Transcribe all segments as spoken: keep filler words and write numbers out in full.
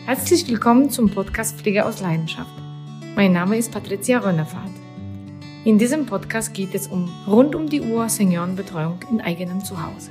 Herzlich willkommen zum Podcast Pflege aus Leidenschaft. Mein Name ist Patricia Rönnefahrt. In diesem Podcast geht es um rund um die Uhr Seniorenbetreuung in eigenem Zuhause.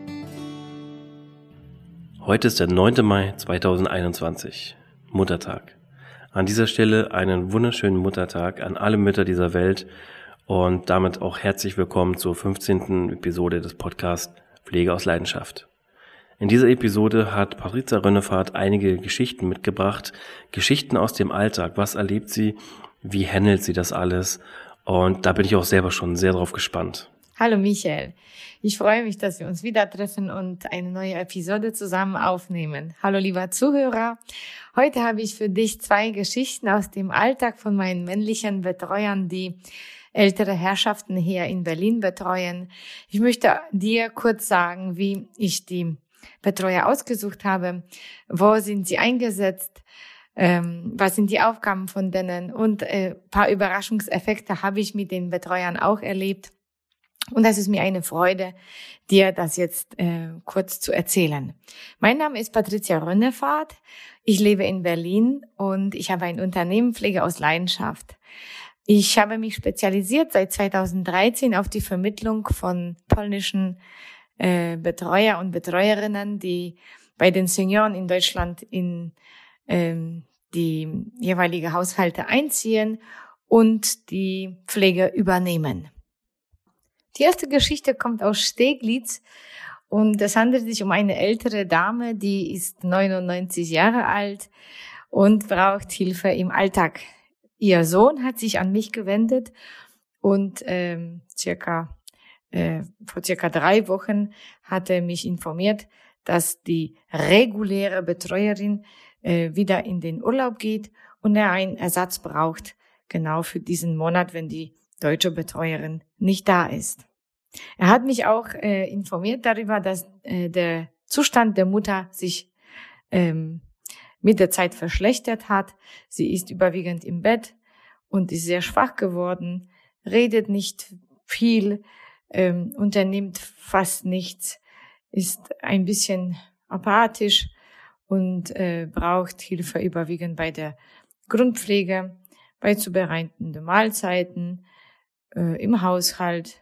Heute ist der neunte Mai zweitausendeinundzwanzig, Muttertag. An dieser Stelle einen wunderschönen Muttertag an alle Mütter dieser Welt und damit auch herzlich willkommen zur fünfzehnten Episode des Podcasts Pflege aus Leidenschaft. In dieser Episode hat Patricia Rönnefahrt einige Geschichten mitgebracht, Geschichten aus dem Alltag. Was erlebt sie? Wie handelt sie das alles? Und da bin ich auch selber schon sehr drauf gespannt. Hallo Michael, ich freue mich, dass wir uns wieder treffen und eine neue Episode zusammen aufnehmen. Hallo lieber Zuhörer, heute habe ich für dich zwei Geschichten aus dem Alltag von meinen männlichen Betreuern, die ältere Herrschaften hier in Berlin betreuen. Ich möchte dir kurz sagen, wie ich die Betreuer ausgesucht habe, wo sind sie eingesetzt, ähm, was sind die Aufgaben von denen und äh, paar Überraschungseffekte habe ich mit den Betreuern auch erlebt. Und das ist mir eine Freude, dir das jetzt äh, kurz zu erzählen. Mein Name ist Patricia Rönnefahrt, ich lebe in Berlin und ich habe ein Unternehmen Pflege aus Leidenschaft. Ich habe mich spezialisiert seit zweitausenddreizehn auf die Vermittlung von polnischen Betreuer und Betreuerinnen, die bei den Senioren in Deutschland in ähm, die jeweilige Haushalte einziehen und die Pflege übernehmen. Die erste Geschichte kommt aus Steglitz und es handelt sich um eine ältere Dame, die ist neunundneunzig Jahre alt und braucht Hilfe im Alltag. Ihr Sohn hat sich an mich gewendet und ähm, circa Äh, vor circa drei Wochen hat er mich informiert, dass die reguläre Betreuerin äh, wieder in den Urlaub geht und er einen Ersatz braucht, genau für diesen Monat, wenn die deutsche Betreuerin nicht da ist. Er hat mich auch äh, informiert darüber, dass äh, der Zustand der Mutter sich ähm, mit der Zeit verschlechtert hat. Sie ist überwiegend im Bett und ist sehr schwach geworden, redet nicht viel, Ähm, unternimmt fast nichts, ist ein bisschen apathisch und äh, braucht Hilfe überwiegend bei der Grundpflege, bei Zubereiten der Mahlzeiten, äh, im Haushalt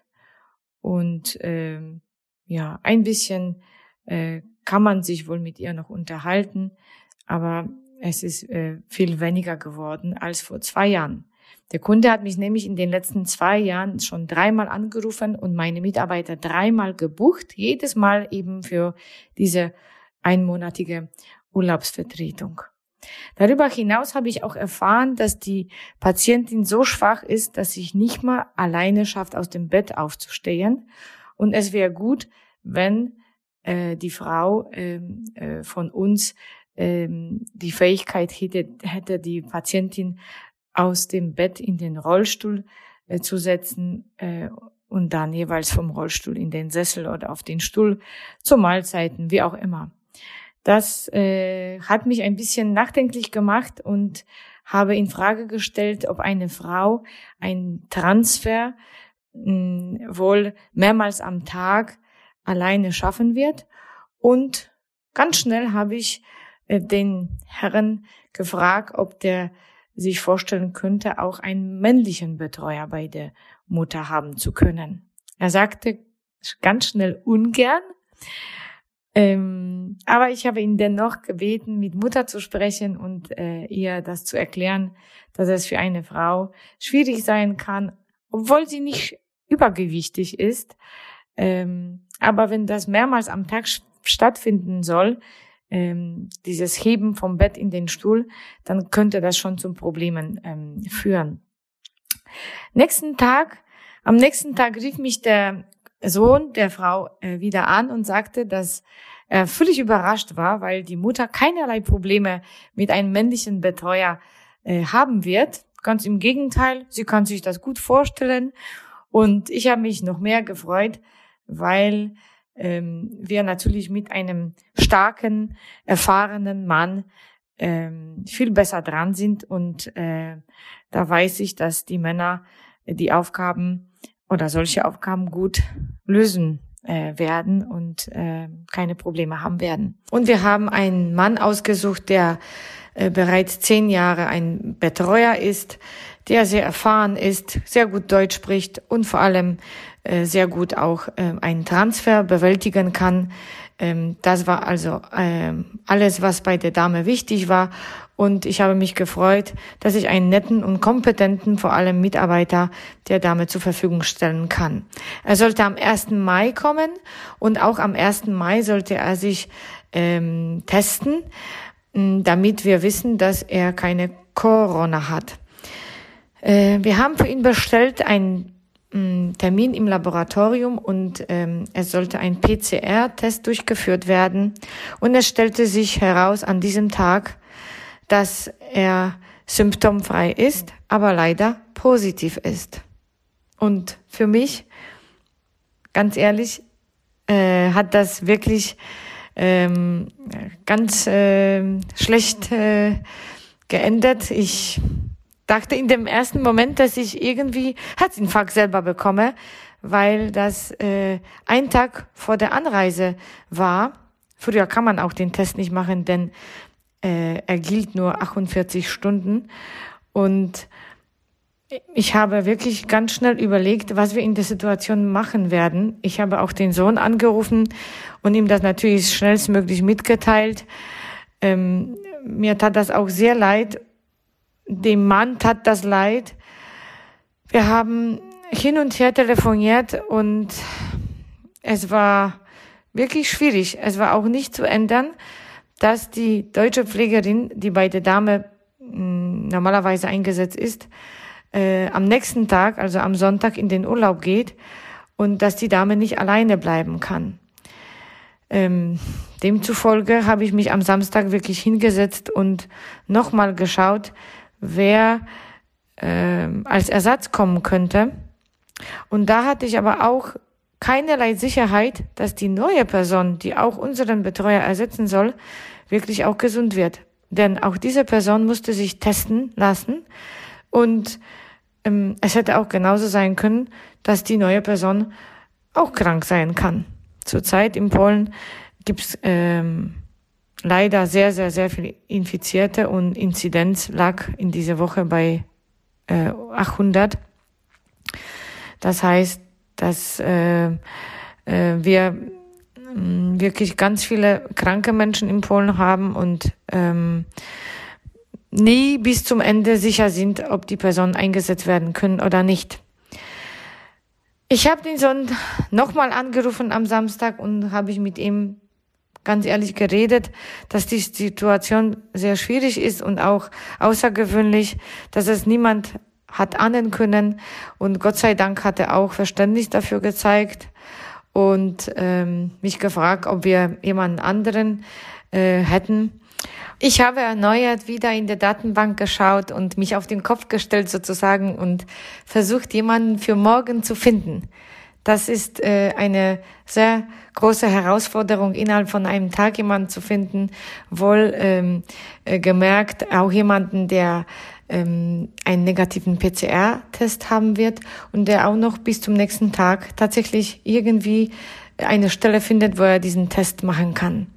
und äh, ja, ein bisschen äh, kann man sich wohl mit ihr noch unterhalten, aber es ist äh, viel weniger geworden als vor zwei Jahren. Der Kunde hat mich nämlich in den letzten zwei Jahren schon dreimal angerufen und meine Mitarbeiter dreimal gebucht, jedes Mal eben für diese einmonatige Urlaubsvertretung. Darüber hinaus habe ich auch erfahren, dass die Patientin so schwach ist, dass sie nicht mal alleine schafft, aus dem Bett aufzustehen. Und es wäre gut, wenn äh, die Frau äh, äh, von uns äh, die Fähigkeit hätte, hätte die Patientin aus dem Bett in den Rollstuhl äh, zu setzen äh, und dann jeweils vom Rollstuhl in den Sessel oder auf den Stuhl zu Mahlzeiten, wie auch immer. Das äh, hat mich ein bisschen nachdenklich gemacht und habe in Frage gestellt, ob eine Frau einen Transfer mh, wohl mehrmals am Tag alleine schaffen wird. Und ganz schnell habe ich äh, den Herrn gefragt, ob der sich vorstellen könnte, auch einen männlichen Betreuer bei der Mutter haben zu können. Er sagte ganz schnell ungern, ähm, aber ich habe ihn dennoch gebeten, mit Mutter zu sprechen und äh, ihr das zu erklären, dass es für eine Frau schwierig sein kann, obwohl sie nicht übergewichtig ist. Ähm, aber wenn das mehrmals am Tag stattfinden soll, Ähm, dieses Heben vom Bett in den Stuhl, dann könnte das schon zu Problemen ähm, führen. Nächsten Tag, am nächsten Tag rief mich der Sohn der Frau äh, wieder an und sagte, dass er völlig überrascht war, weil die Mutter keinerlei Probleme mit einem männlichen Betreuer äh, haben wird. Ganz im Gegenteil, sie kann sich das gut vorstellen. Und ich habe mich noch mehr gefreut, weil ähm, wir natürlich mit einem starken, erfahrenen Mann ähm, viel besser dran sind. Und äh, da weiß ich, dass die Männer die Aufgaben oder solche Aufgaben gut lösen äh, werden und äh, keine Probleme haben werden. Und wir haben einen Mann ausgesucht, der äh, bereits zehn Jahre ein Betreuer ist, der sehr erfahren ist, sehr gut Deutsch spricht und vor allem äh, sehr gut auch äh, einen Transfer bewältigen kann. Ähm, das war also äh, alles, was bei der Dame wichtig war. Und ich habe mich gefreut, dass ich einen netten und kompetenten, vor allem Mitarbeiter der Dame zur Verfügung stellen kann. Er sollte am ersten Mai kommen und auch am ersten Mai sollte er sich ähm, testen, damit wir wissen, dass er keine Corona hat. Äh, wir haben für ihn bestellt einen mh, Termin im Laboratorium und ähm, es sollte ein P C R-Test durchgeführt werden. Und es stellte sich heraus an diesem Tag, dass er symptomfrei ist, aber leider positiv ist. Und für mich, ganz ehrlich, äh, hat das wirklich ähm, ganz äh, schlecht äh, geendet. Ich dachte in dem ersten Moment, dass ich irgendwie Herzinfarkt selber bekomme, weil das äh, ein Tag vor der Anreise war. Früher kann man auch den Test nicht machen, denn äh, er gilt nur achtundvierzig Stunden. Und ich habe wirklich ganz schnell überlegt, was wir in der Situation machen werden. Ich habe auch den Sohn angerufen und ihm das natürlich schnellstmöglich mitgeteilt. Ähm, mir tat das auch sehr leid. Dem Mann tat das leid. Wir haben hin und her telefoniert und es war wirklich schwierig. Es war auch nicht zu ändern, dass die deutsche Pflegerin, die bei der Dame mh, normalerweise eingesetzt ist, äh, am nächsten Tag, also am Sonntag, in den Urlaub geht und dass die Dame nicht alleine bleiben kann. Ähm, demzufolge habe ich mich am Samstag wirklich hingesetzt und nochmal geschaut, wer äh, als Ersatz kommen könnte. Und da hatte ich aber auch keinerlei Sicherheit, dass die neue Person, die auch unseren Betreuer ersetzen soll, wirklich auch gesund wird. Denn auch diese Person musste sich testen lassen und ähm, es hätte auch genauso sein können, dass die neue Person auch krank sein kann. Zurzeit in Polen gibt's ähm, leider sehr, sehr, sehr viele Infizierte und Inzidenz lag in dieser Woche bei äh, achthundert. Das heißt, dass äh, äh, wir mh, wirklich ganz viele kranke Menschen in Polen haben und ähm, nie bis zum Ende sicher sind, ob die Personen eingesetzt werden können oder nicht. Ich habe den Sohn nochmal angerufen am Samstag und habe ich mit ihm ganz ehrlich geredet, dass die Situation sehr schwierig ist und auch außergewöhnlich, dass es niemand hat ahnen können. Und Gott sei Dank hat er auch Verständnis dafür gezeigt und ähm, mich gefragt, ob wir jemanden anderen äh, hätten. Ich habe erneuert wieder in der Datenbank geschaut und mich auf den Kopf gestellt sozusagen und versucht, jemanden für morgen zu finden. Das ist äh, eine sehr große Herausforderung, innerhalb von einem Tag jemanden zu finden. Wohl ähm, äh, gemerkt, auch jemanden, der ähm, einen negativen P C R-Test haben wird und der auch noch bis zum nächsten Tag tatsächlich irgendwie eine Stelle findet, wo er diesen Test machen kann.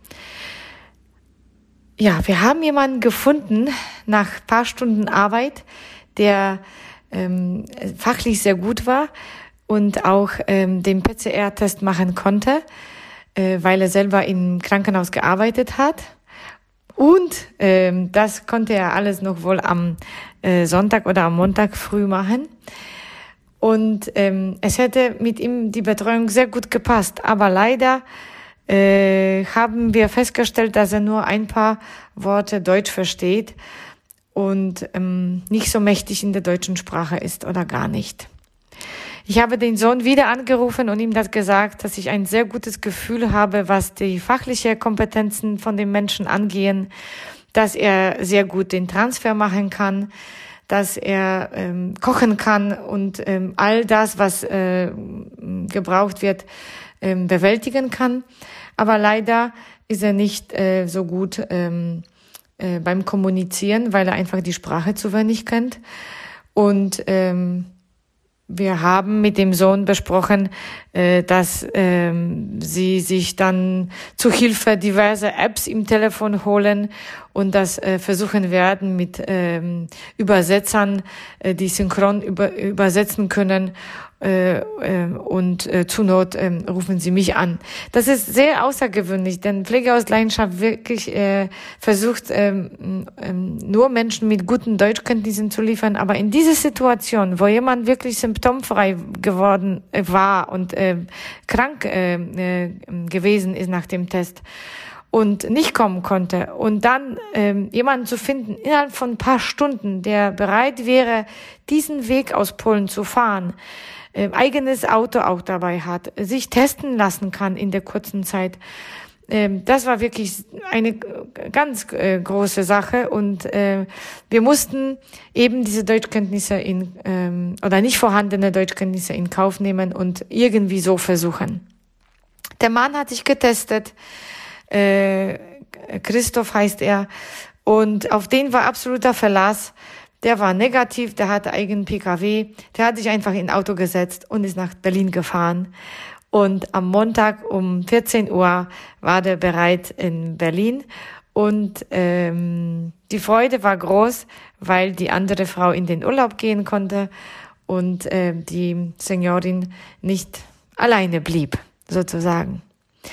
Ja, wir haben jemanden gefunden nach ein paar Stunden Arbeit, der ähm, fachlich sehr gut war und auch ähm, den P C R-Test machen konnte, äh, weil er selber im Krankenhaus gearbeitet hat. Und ähm, das konnte er alles noch wohl am äh, Sonntag oder am Montag früh machen. Und ähm, es hätte mit ihm die Betreuung sehr gut gepasst. Aber leider äh, haben wir festgestellt, dass er nur ein paar Worte Deutsch versteht und ähm, nicht so mächtig in der deutschen Sprache ist oder gar nicht. Ich habe den Sohn wieder angerufen und ihm das gesagt, dass ich ein sehr gutes Gefühl habe, was die fachliche Kompetenzen von den Menschen angehen, dass er sehr gut den Transfer machen kann, dass er ähm, kochen kann und ähm, all das, was äh, gebraucht wird, ähm, bewältigen kann. Aber leider ist er nicht äh, so gut ähm, äh, beim Kommunizieren, weil er einfach die Sprache zu wenig kennt. Und ähm, wir haben mit dem Sohn besprochen, äh, dass ähm, sie sich dann zu Hilfe diverse Apps im Telefon holen und das äh, versuchen werden mit ähm, Übersetzern, äh, die synchron über, übersetzen können. Äh, äh, und äh, zur Not äh, rufen sie mich an. Das ist sehr außergewöhnlich, denn Pflegehausleidenschaft wirklich äh, versucht, ähm, ähm, nur Menschen mit guten Deutschkenntnissen zu liefern. Aber in dieser Situation, wo jemand wirklich symptomfrei geworden äh, war und äh, krank äh, äh, gewesen ist nach dem Test und nicht kommen konnte und dann ähm, jemanden zu finden innerhalb von ein paar Stunden, der bereit wäre, diesen Weg aus Polen zu fahren, äh, eigenes Auto auch dabei hat, sich testen lassen kann in der kurzen Zeit. Ähm, das war wirklich eine ganz äh, große Sache und äh, wir mussten eben diese Deutschkenntnisse in ähm, oder nicht vorhandene Deutschkenntnisse in Kauf nehmen und irgendwie so versuchen. Der Mann hat sich getestet, äh, Christoph heißt er, und auf den war absoluter Verlass. Der war negativ, der hatte eigenen P K W, der hat sich einfach in ein Auto gesetzt und ist nach Berlin gefahren. Und am Montag um vierzehn Uhr war der bereit in Berlin. Und ähm, die Freude war groß, weil die andere Frau in den Urlaub gehen konnte und äh, die Seniorin nicht alleine blieb, sozusagen.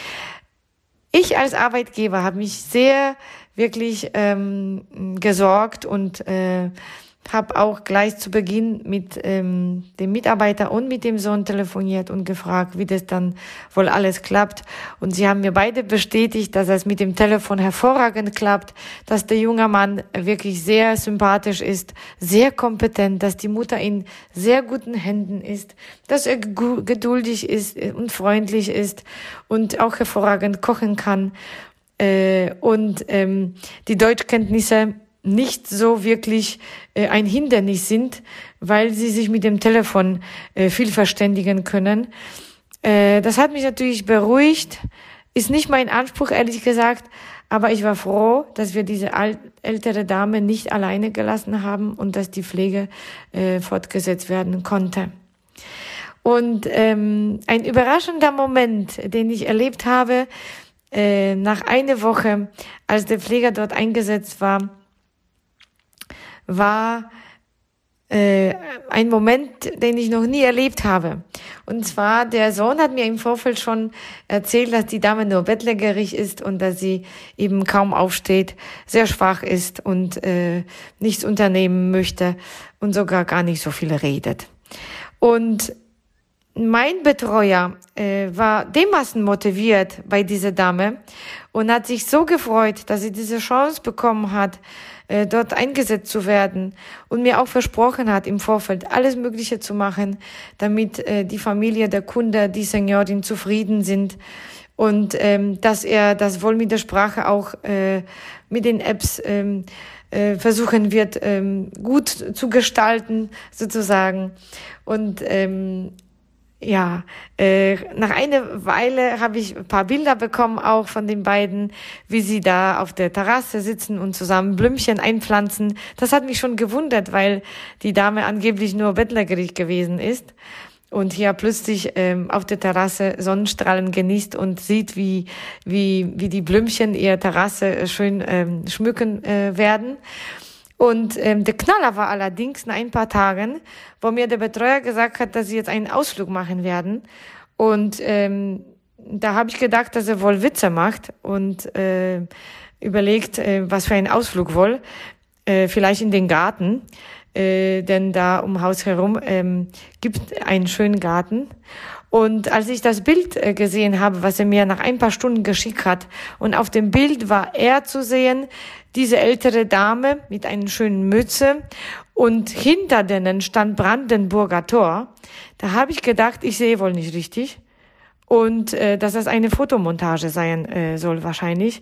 Ich als Arbeitgeber habe mich sehr wirklich ähm, gesorgt und äh, habe auch gleich zu Beginn mit ähm, dem Mitarbeiter und mit dem Sohn telefoniert und gefragt, wie das dann wohl alles klappt. Und sie haben mir beide bestätigt, dass es mit dem Telefon hervorragend klappt, dass der junge Mann wirklich sehr sympathisch ist, sehr kompetent, dass die Mutter in sehr guten Händen ist, dass er g- geduldig ist und freundlich ist und auch hervorragend kochen kann. Äh, und ähm, die Deutschkenntnisse nicht so wirklich äh, ein Hindernis sind, weil sie sich mit dem Telefon äh, viel verständigen können. Äh, das hat mich natürlich beruhigt, ist nicht mein Anspruch, ehrlich gesagt, aber ich war froh, dass wir diese alt, ältere Dame nicht alleine gelassen haben und dass die Pflege äh, fortgesetzt werden konnte. Und ähm, ein überraschender Moment, den ich erlebt habe, äh, nach einer Woche, als der Pfleger dort eingesetzt war, war äh, ein Moment, den ich noch nie erlebt habe. Und zwar, der Sohn hat mir im Vorfeld schon erzählt, dass die Dame nur bettlägerig ist und dass sie eben kaum aufsteht, sehr schwach ist und äh, nichts unternehmen möchte und sogar gar nicht so viel redet. Und mein Betreuer äh, war dermaßen motiviert bei dieser Dame und hat sich so gefreut, dass sie diese Chance bekommen hat, äh, dort eingesetzt zu werden und mir auch versprochen hat, im Vorfeld alles Mögliche zu machen, damit äh, die Familie, der Kunde, die Seniorin zufrieden sind und ähm, dass er das wohl mit der Sprache auch äh, mit den Apps ähm, äh, versuchen wird, ähm, gut zu gestalten, sozusagen. Und ähm, Ja, äh, nach einer Weile habe ich ein paar Bilder bekommen, auch von den beiden, wie sie da auf der Terrasse sitzen und zusammen Blümchen einpflanzen. Das hat mich schon gewundert, weil die Dame angeblich nur bettlägerig gewesen ist und hier plötzlich ähm, auf der Terrasse Sonnenstrahlen genießt und sieht, wie wie wie die Blümchen ihre Terrasse schön ähm, schmücken äh, werden. Und ähm, der Knaller war allerdings nach ein paar Tagen, wo mir der Betreuer gesagt hat, dass sie jetzt einen Ausflug machen werden. Und ähm, da habe ich gedacht, dass er wohl Witze macht und äh, überlegt, äh, was für ein Ausflug wohl. Äh, vielleicht in den Garten, äh, denn da um Haus herum ähm, gibt einen schönen Garten. Und als ich das Bild äh, gesehen habe, was er mir nach ein paar Stunden geschickt hat, und auf dem Bild war er zu sehen, diese ältere Dame mit einer schönen Mütze, und hinter denen stand Brandenburger Tor, da habe ich gedacht, ich sehe wohl nicht richtig und äh, dass das eine Fotomontage sein äh, soll wahrscheinlich.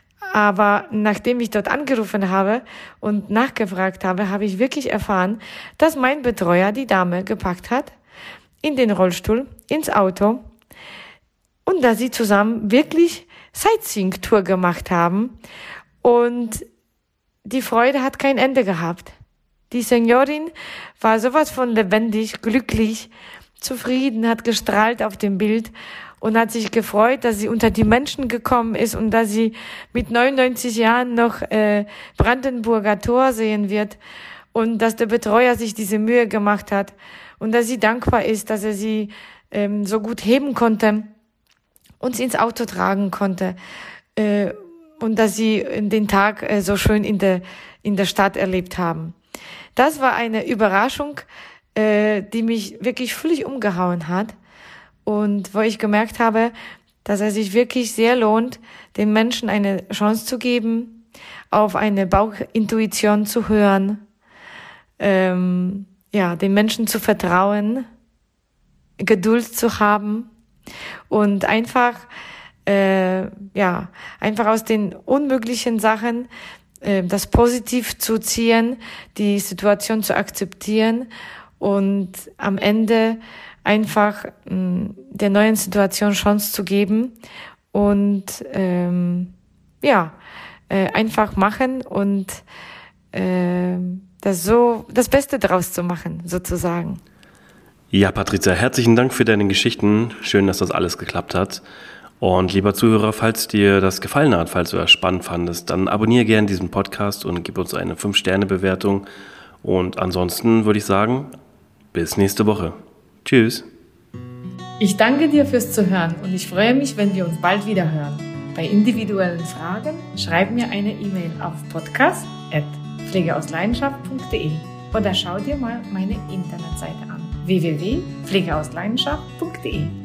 Aber nachdem ich dort angerufen habe und nachgefragt habe, habe ich wirklich erfahren, dass mein Betreuer die Dame gepackt hat, in den Rollstuhl, ins Auto, und dass sie zusammen wirklich Sightseeing-Tour gemacht haben. Und die Freude hat kein Ende gehabt. Die Seniorin war sowas von lebendig, glücklich, zufrieden, hat gestrahlt auf dem Bild. und hat sich gefreut, dass sie unter die Menschen gekommen ist und dass sie mit neunundneunzig Jahren noch äh, Brandenburger Tor sehen wird und dass der Betreuer sich diese Mühe gemacht hat und dass sie dankbar ist, dass er sie ähm, so gut heben konnte und sie ins Auto tragen konnte äh, und dass sie den Tag äh, so schön in der in der Stadt erlebt haben. Das war eine Überraschung, äh, die mich wirklich völlig umgehauen hat und wo ich gemerkt habe, dass es sich wirklich sehr lohnt, den Menschen eine Chance zu geben, auf eine Bauchintuition zu hören, ähm, ja, den Menschen zu vertrauen, Geduld zu haben und einfach, äh, ja, einfach aus den unmöglichen Sachen äh, das positiv zu ziehen, die Situation zu akzeptieren und am Ende einfach mh, der neuen Situation Chance zu geben und ähm, ja, äh, einfach machen und äh, das so das Beste draus zu machen, sozusagen. Ja, Patricia, herzlichen Dank für deine Geschichten. Schön, dass das alles geklappt hat. Und lieber Zuhörer, falls dir das gefallen hat, falls du das spannend fandest, dann abonniere gerne diesen Podcast und gib uns eine fünf Sterne Bewertung. Und ansonsten würde ich sagen, bis nächste Woche. Tschüss. Ich danke dir fürs Zuhören und ich freue mich, wenn wir uns bald wieder hören. Bei individuellen Fragen schreib mir eine E-Mail auf podcast at pflegeausleidenschaft punkt de oder schau dir mal meine Internetseite an w w w punkt pflegeausleidenschaft punkt de.